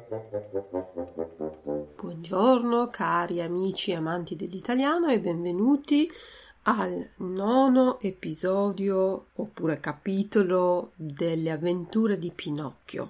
Buongiorno cari amici e amanti dell'italiano e benvenuti al 9° episodio oppure capitolo delle avventure di Pinocchio.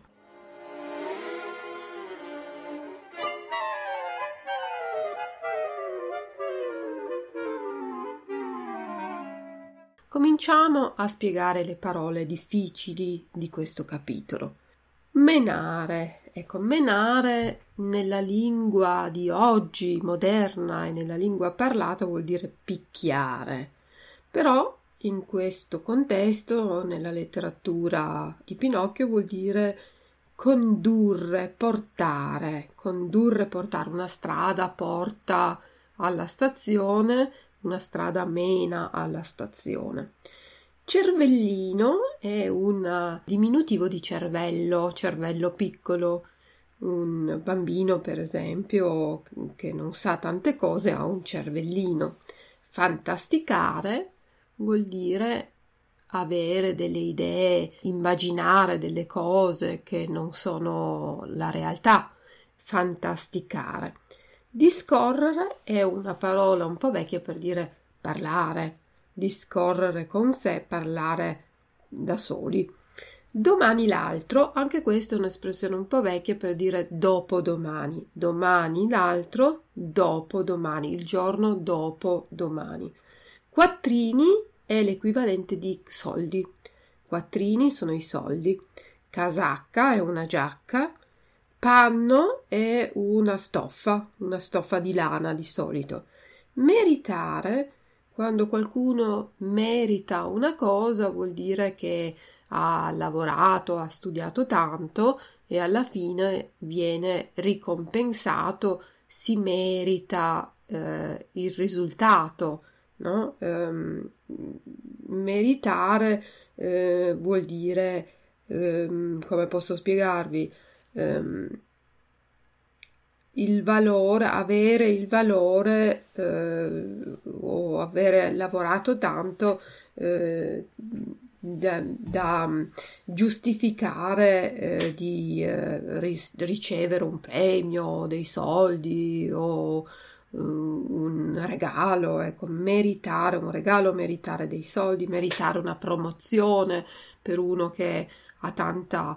Cominciamo a spiegare le parole difficili di questo capitolo. Menare. Ecco, menare nella lingua di oggi, moderna e nella lingua parlata vuol dire picchiare. Però in questo contesto, nella letteratura di Pinocchio, vuol dire condurre, portare. Condurre, portare. Una strada porta alla stazione, una strada mena alla stazione. Cervellino è un diminutivo di cervello, cervello piccolo. Un bambino, per esempio, che non sa tante cose, ha un cervellino. Fantasticare vuol dire avere delle idee, immaginare delle cose che non sono la realtà. Fantasticare. Discorrere è una parola un po' vecchia per dire parlare, discorrere con sé, parlare da soli. Domani l'altro, anche questa è un'espressione un po' vecchia per dire dopodomani. Domani l'altro, dopodomani, il giorno dopo domani. Quattrini è l'equivalente di soldi. Quattrini sono i soldi. Casacca è una giacca. Panno è una stoffa di lana di solito. Meritare, quando qualcuno merita una cosa, vuol dire che ha lavorato, ha studiato tanto e alla fine viene ricompensato, si merita il risultato, no? Meritare vuol dire, come posso spiegarvi, il valore, avere il valore o avere lavorato tanto da giustificare di ricevere un premio, dei soldi o un regalo, ecco, meritare un regalo, meritare dei soldi, meritare una promozione per uno che ha tanta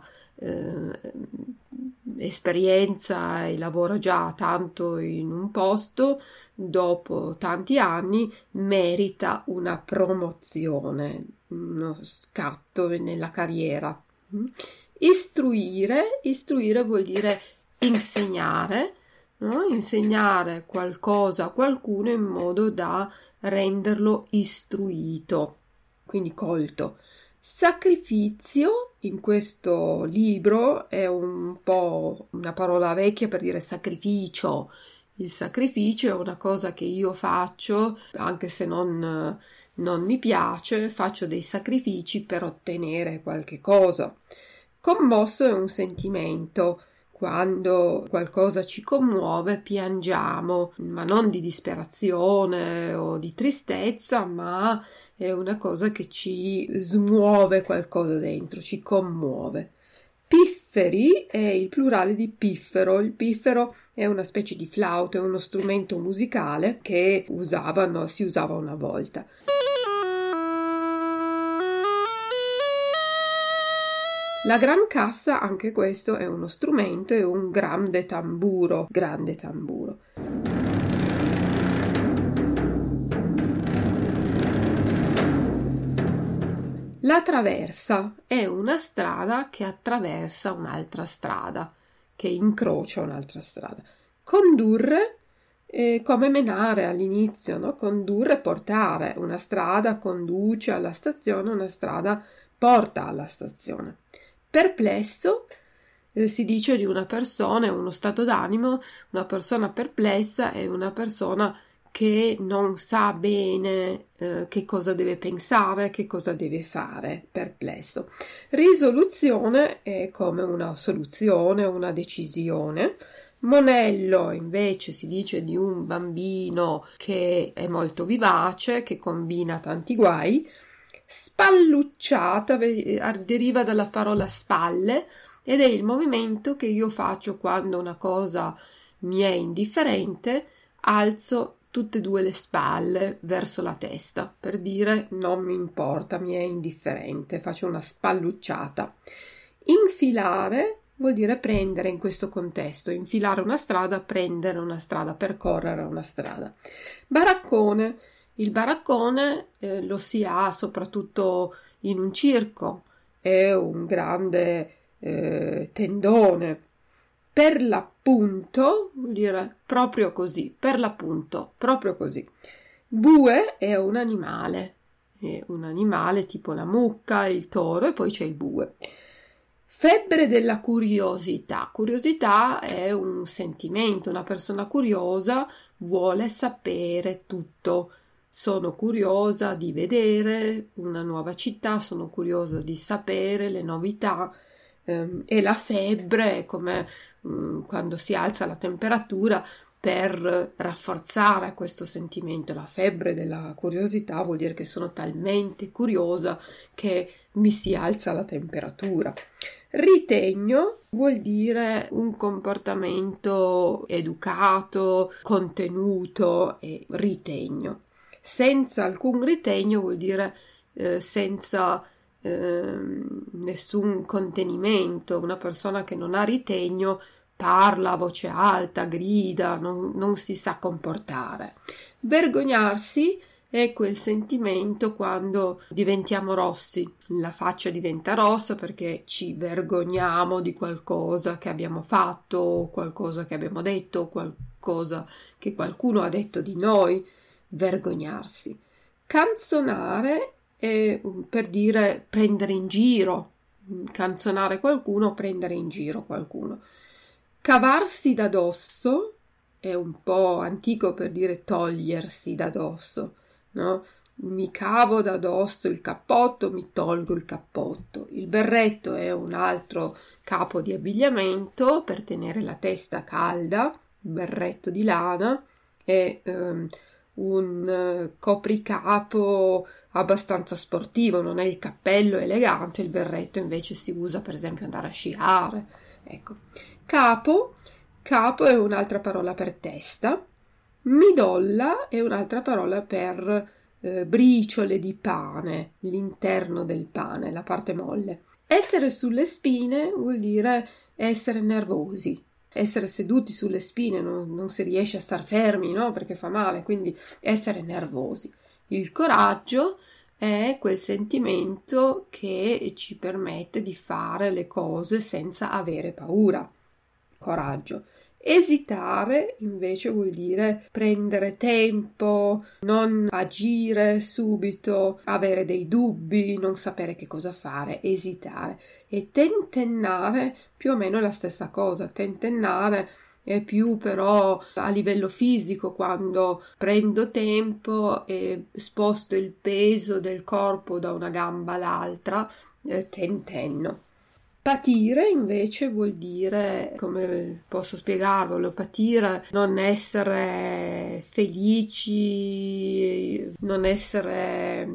esperienza e lavora già tanto in un posto, dopo tanti anni merita una promozione, uno scatto nella carriera. Istruire vuol dire insegnare, no? Insegnare qualcosa a qualcuno in modo da renderlo istruito, quindi colto. Sacrificio in questo libro è un po' una parola vecchia per dire sacrificio. Il sacrificio è una cosa che io faccio, anche se non mi piace, faccio dei sacrifici per ottenere qualche cosa. Commosso è un sentimento. Quando qualcosa ci commuove, piangiamo, ma non di disperazione o di tristezza, ma è una cosa che ci smuove qualcosa dentro, ci commuove. Pifferi è il plurale di piffero. Il piffero è una specie di flauto, è uno strumento musicale che si usava una volta. La gran cassa, anche questo è uno strumento, è un grande tamburo. La traversa è una strada che attraversa un'altra strada, che incrocia un'altra strada. Condurre come menare all'inizio, no? Condurre, portare. Una strada conduce alla stazione, una strada porta alla stazione. Perplesso si dice di una persona, è uno stato d'animo, una persona perplessa è una persona che non sa bene che cosa deve pensare, che cosa deve fare, perplesso. Risoluzione è come una soluzione, una decisione. Monello invece si dice di un bambino che è molto vivace, che combina tanti guai. Spallucciata deriva dalla parola spalle, ed è il movimento che io faccio quando una cosa mi è indifferente, alzo tutte e due le spalle verso la testa per dire non mi importa, mi è indifferente, faccio una spallucciata. Infilare vuol dire prendere in questo contesto, infilare una strada, prendere una strada, percorrere una strada. Baraccone. Il baraccone lo si ha soprattutto in un circo, è un grande tendone. Per l'appunto, vuol dire proprio così, per l'appunto, proprio così. Bue è un animale tipo la mucca, il toro e poi c'è il bue. Febbre della curiosità. Curiosità è un sentimento, una persona curiosa vuole sapere tutto. Sono curiosa di vedere una nuova città, sono curiosa di sapere le novità. E la febbre è come quando si alza la temperatura per rafforzare questo sentimento. La febbre della curiosità vuol dire che sono talmente curiosa che mi si alza la temperatura. Ritegno vuol dire un comportamento educato, contenuto e ritegno. Senza alcun ritegno vuol dire senza nessun contenimento. Una persona che non ha ritegno parla a voce alta, grida, non si sa comportare. Vergognarsi è quel sentimento quando diventiamo rossi, la faccia diventa rossa perché ci vergogniamo di qualcosa che abbiamo fatto, qualcosa che abbiamo detto, qualcosa che qualcuno ha detto di noi. Vergognarsi. Canzonare è per dire prendere in giro, canzonare qualcuno, prendere in giro qualcuno. Cavarsi da dosso è un po' antico per dire togliersi da dosso, no? Mi cavo da dosso il cappotto, mi tolgo il cappotto. Il berretto è un altro capo di abbigliamento per tenere la testa calda, il berretto di lana è un copricapo abbastanza sportivo, non è il cappello elegante, il berretto invece si usa per esempio andare a sciare. Ecco. Capo è un'altra parola per testa. Midolla è un'altra parola per briciole di pane, l'interno del pane, la parte molle. Essere sulle spine vuol dire essere nervosi. Essere seduti sulle spine non si riesce a star fermi, no? Perché fa male, quindi essere nervosi. Il coraggio è quel sentimento che ci permette di fare le cose senza avere paura. Coraggio. Esitare invece vuol dire prendere tempo, non agire subito, avere dei dubbi, non sapere che cosa fare, esitare. E tentennare più o meno è la stessa cosa. Tentennare è più però a livello fisico, quando prendo tempo e sposto il peso del corpo da una gamba all'altra, tentenno. Patire invece vuol dire, come posso spiegarvelo, patire non essere felici, non essere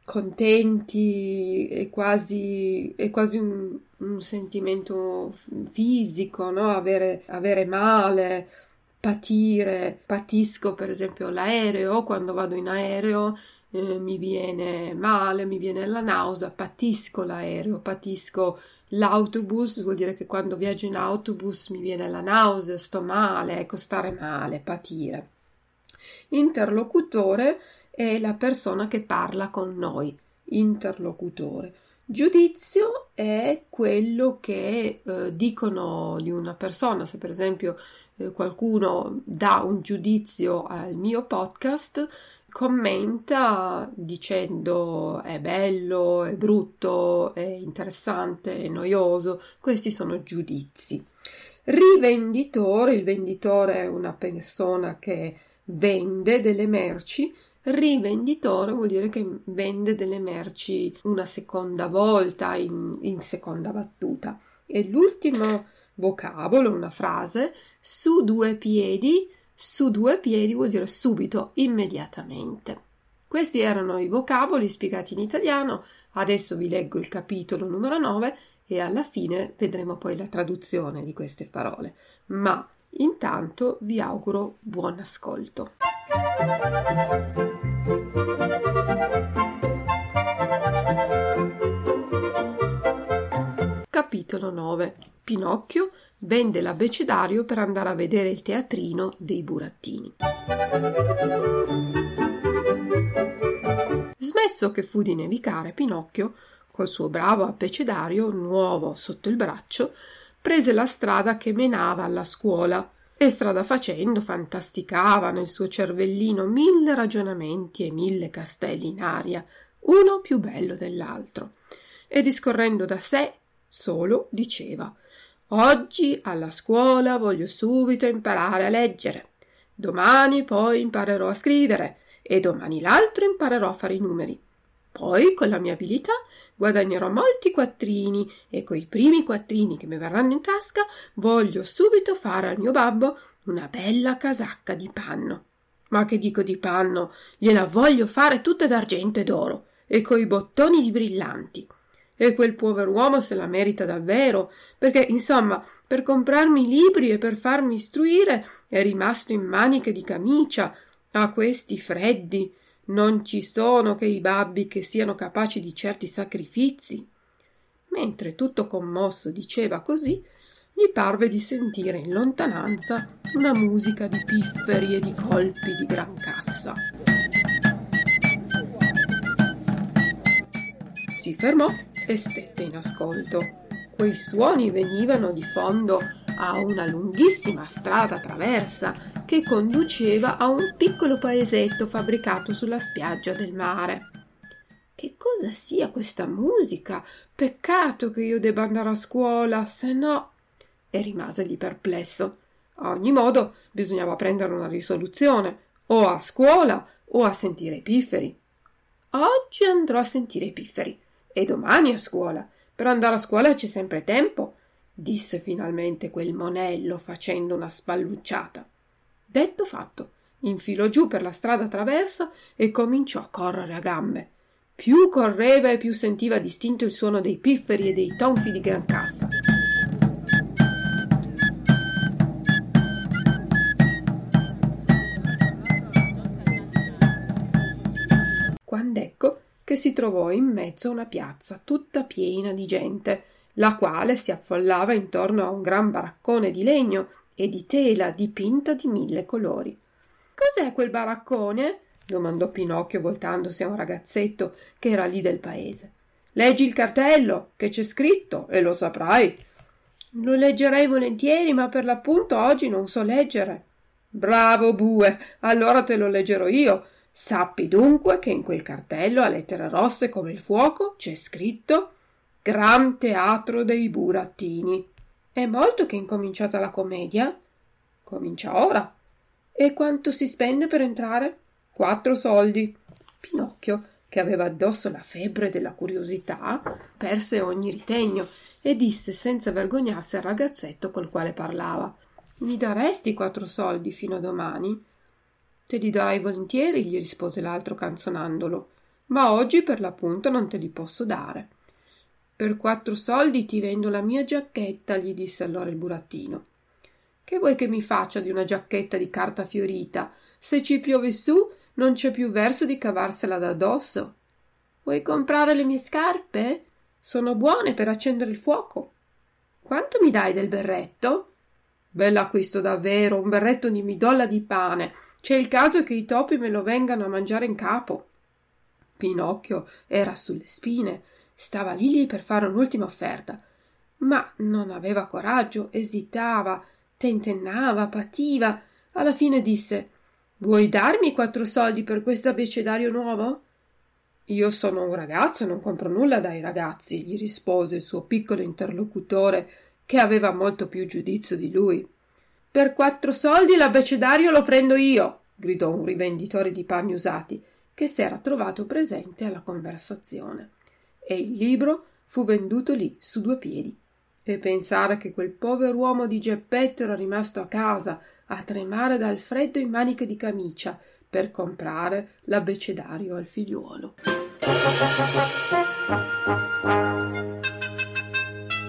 contenti, è quasi un sentimento fisico, no? Avere male, patire. Patisco per esempio l'aereo, quando vado in aereo mi viene male, mi viene la nausea, patisco l'aereo, patisco l'autobus, vuol dire che quando viaggio in autobus mi viene la nausea, sto male, ecco, stare male, patire. Interlocutore è la persona che parla con noi, interlocutore. Giudizio è quello che dicono di una persona. Se per esempio qualcuno dà un giudizio al mio podcast, commenta dicendo è bello, è brutto, è interessante, è noioso. Questi sono giudizi. Rivenditore, il venditore è una persona che vende delle merci. Rivenditore vuol dire che vende delle merci una seconda volta, in seconda battuta. E l'ultimo vocabolo, una frase, su due piedi. Su due piedi vuol dire subito, immediatamente. Questi erano i vocaboli spiegati in italiano. Adesso vi leggo il capitolo numero 9 e alla fine vedremo poi la traduzione di queste parole. Ma intanto vi auguro buon ascolto. Capitolo 9. Pinocchio vende l'abbecedario per andare a vedere il teatrino dei burattini. Smesso che fu di nevicare, Pinocchio, col suo bravo abbecedario nuovo sotto il braccio, prese la strada che menava alla scuola e strada facendo fantasticava nel suo cervellino 1000 ragionamenti e 1000 castelli in aria, uno più bello dell'altro, e discorrendo da sé solo diceva: «Oggi alla scuola voglio subito imparare a leggere, domani poi imparerò a scrivere e domani l'altro imparerò a fare i numeri. Poi con la mia abilità guadagnerò molti quattrini e coi primi quattrini che mi verranno in tasca voglio subito fare al mio babbo una bella casacca di panno. Ma che dico di panno? Gliela voglio fare tutta d'argento e d'oro e coi bottoni di brillanti. E quel pover'uomo se la merita davvero, perché, insomma, per comprarmi i libri e per farmi istruire è rimasto in maniche di camicia. A questi freddi non ci sono che i babbi che siano capaci di certi sacrifizi». Mentre tutto commosso diceva così, gli parve di sentire in lontananza una musica di pifferi e di colpi di gran cassa. Si fermò e stette in ascolto. Quei suoni venivano di fondo a una lunghissima strada traversa che conduceva a un piccolo paesetto fabbricato sulla spiaggia del mare. «Che cosa sia questa musica? Peccato che io debba andare a scuola, se no…» E rimase lì perplesso. A ogni modo bisognava prendere una risoluzione, o a scuola o a sentire i pifferi. «Oggi andrò a sentire i pifferi e domani a scuola. Per andare a scuola c'è sempre tempo», disse finalmente quel monello facendo una spallucciata. Detto fatto, infilò giù per la strada traversa e cominciò a correre a gambe. Più correva e più sentiva distinto il suono dei pifferi e dei tonfi di gran cassa. Quand'ecco che si trovò in mezzo a una piazza tutta piena di gente, la quale si affollava intorno a un gran baraccone di legno e di tela dipinta di 1000 colori. «Cos'è quel baraccone?» domandò Pinocchio voltandosi a un ragazzetto che era lì del paese. «Leggi il cartello, che c'è scritto, e lo saprai». «Lo leggerei volentieri, ma per l'appunto oggi non so leggere». «Bravo bue, allora te lo leggerò io. Sappi dunque che in quel cartello a lettere rosse come il fuoco c'è scritto Gran Teatro dei Burattini». «È molto che è incominciata la commedia?» «Comincia ora». «E quanto si spende per entrare?» 4 soldi. Pinocchio, che aveva addosso la febbre della curiosità, perse ogni ritegno e disse senza vergognarsi al ragazzetto col quale parlava: «Mi daresti 4 soldi fino a domani?» «Te li darai volentieri», gli rispose l'altro canzonandolo, «ma oggi per l'appunto non te li posso dare». «Per 4 soldi ti vendo la mia giacchetta», gli disse allora il burattino. «Che vuoi che mi faccia di una giacchetta di carta fiorita? Se ci piove su non c'è più verso di cavarsela da addosso». «Vuoi comprare le mie scarpe? Sono buone per accendere il fuoco». «Quanto mi dai del berretto?» «Bell'acquisto davvero, un berretto di midolla di pane. C'è il caso che i topi me lo vengano a mangiare in capo». Pinocchio era sulle spine, stava lì per fare un'ultima offerta, ma non aveva coraggio, esitava, tentennava, pativa. Alla fine disse: «Vuoi darmi 4 soldi per questo abbecedario nuovo?» «Io sono un ragazzo e non compro nulla dai ragazzi», gli rispose il suo piccolo interlocutore, che aveva molto più giudizio di lui. «Per 4 soldi l'abbecedario lo prendo io», gridò un rivenditore di panni usati, che s'era trovato presente alla conversazione. E il libro fu venduto lì su 2 piedi. E pensare che quel pover'uomo di Geppetto era rimasto a casa a tremare dal freddo in maniche di camicia per comprare l'abbecedario al figliuolo.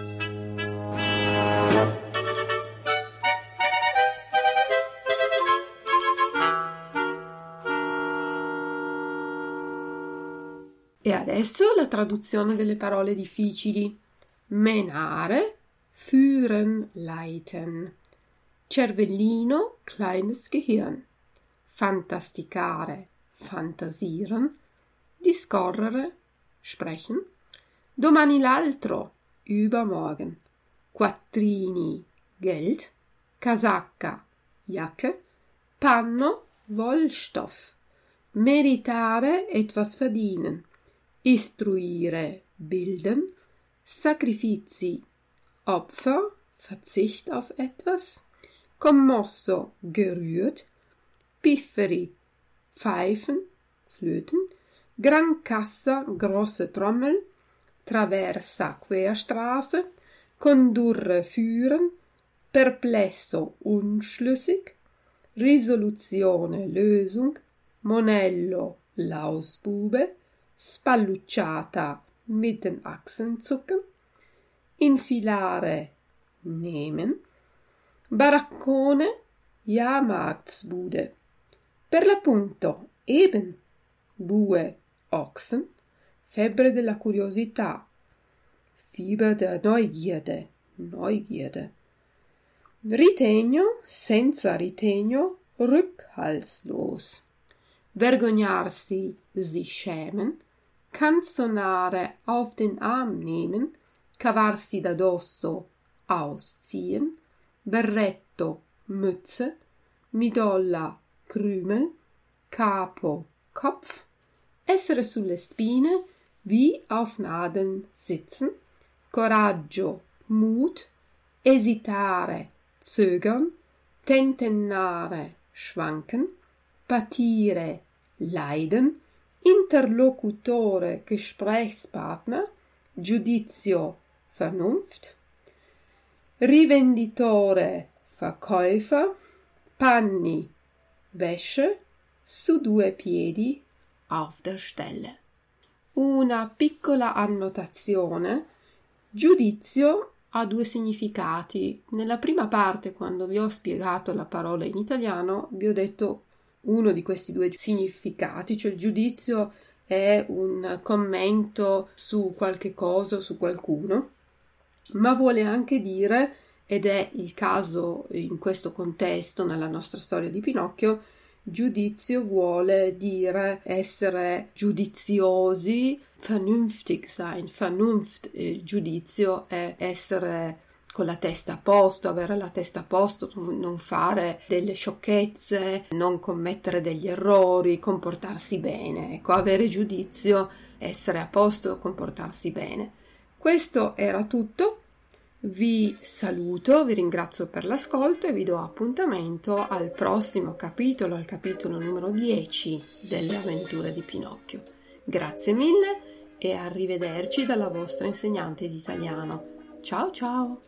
adesso la traduzione delle parole difficili. Menare, führen, leiten. Cervellino, kleines Gehirn. Fantasticare, fantasieren. Discorrere, sprechen. Domani l'altro, übermorgen. Quattrini, Geld. Casacca, Jacke. Panno, Wollstoff. Meritare, etwas verdienen. Istruire, bilden. Sacrifici, Opfer, Verzicht auf etwas. Commosso, gerührt. Pifferi, Pfeifen, Flöten. Grancassa, große Trommel. Traversa, Querstraße. Condurre, führen. Perplesso, unschlüssig. Risoluzione, Lösung. Monello, Lausbube. Spallucciata, mit den Achseln zucken. Infilare, nehmen. Baraccone, Jahrmarktsbude. Per l'appunto, eben. Bue, Ochsen. Febbre della curiosità. Fieber der Neugierde, Neugierde. Ritegno, senza ritegno, rückhaltslos. Vergognarsi, sich schämen. Canzonare, auf den Arm nehmen. Cavarsi da dosso, ausziehen. Berretto, Mütze. Midolla, Krümel. Capo, Kopf. Essere sulle spine, wie auf Nadeln sitzen. Coraggio, Mut. Esitare, zögern. Tentennare, schwanken. Patire, leiden. Interlocutore, Gesprächspartner. Giudizio, Vernunft. Rivenditore, Verkäufer. Panni, Wäsche. Su due piedi, auf der Stelle. Una piccola annotazione. Giudizio ha due significati. Nella prima parte, quando vi ho spiegato la parola in italiano, vi ho detto uno di questi due significati, cioè il giudizio è un commento su qualche cosa o su qualcuno, ma vuole anche dire, ed è il caso in questo contesto nella nostra storia di Pinocchio, giudizio vuole dire essere giudiziosi, vernünftig sein, Vernunft, giudizio è essere con la testa a posto, avere la testa a posto, non fare delle sciocchezze, non commettere degli errori, comportarsi bene. Ecco, avere giudizio, essere a posto, comportarsi bene. Questo era tutto. Vi saluto, vi ringrazio per l'ascolto e vi do appuntamento al prossimo capitolo, al capitolo numero 10 delle avventure di Pinocchio. Grazie mille e arrivederci dalla vostra insegnante di italiano. Ciao ciao!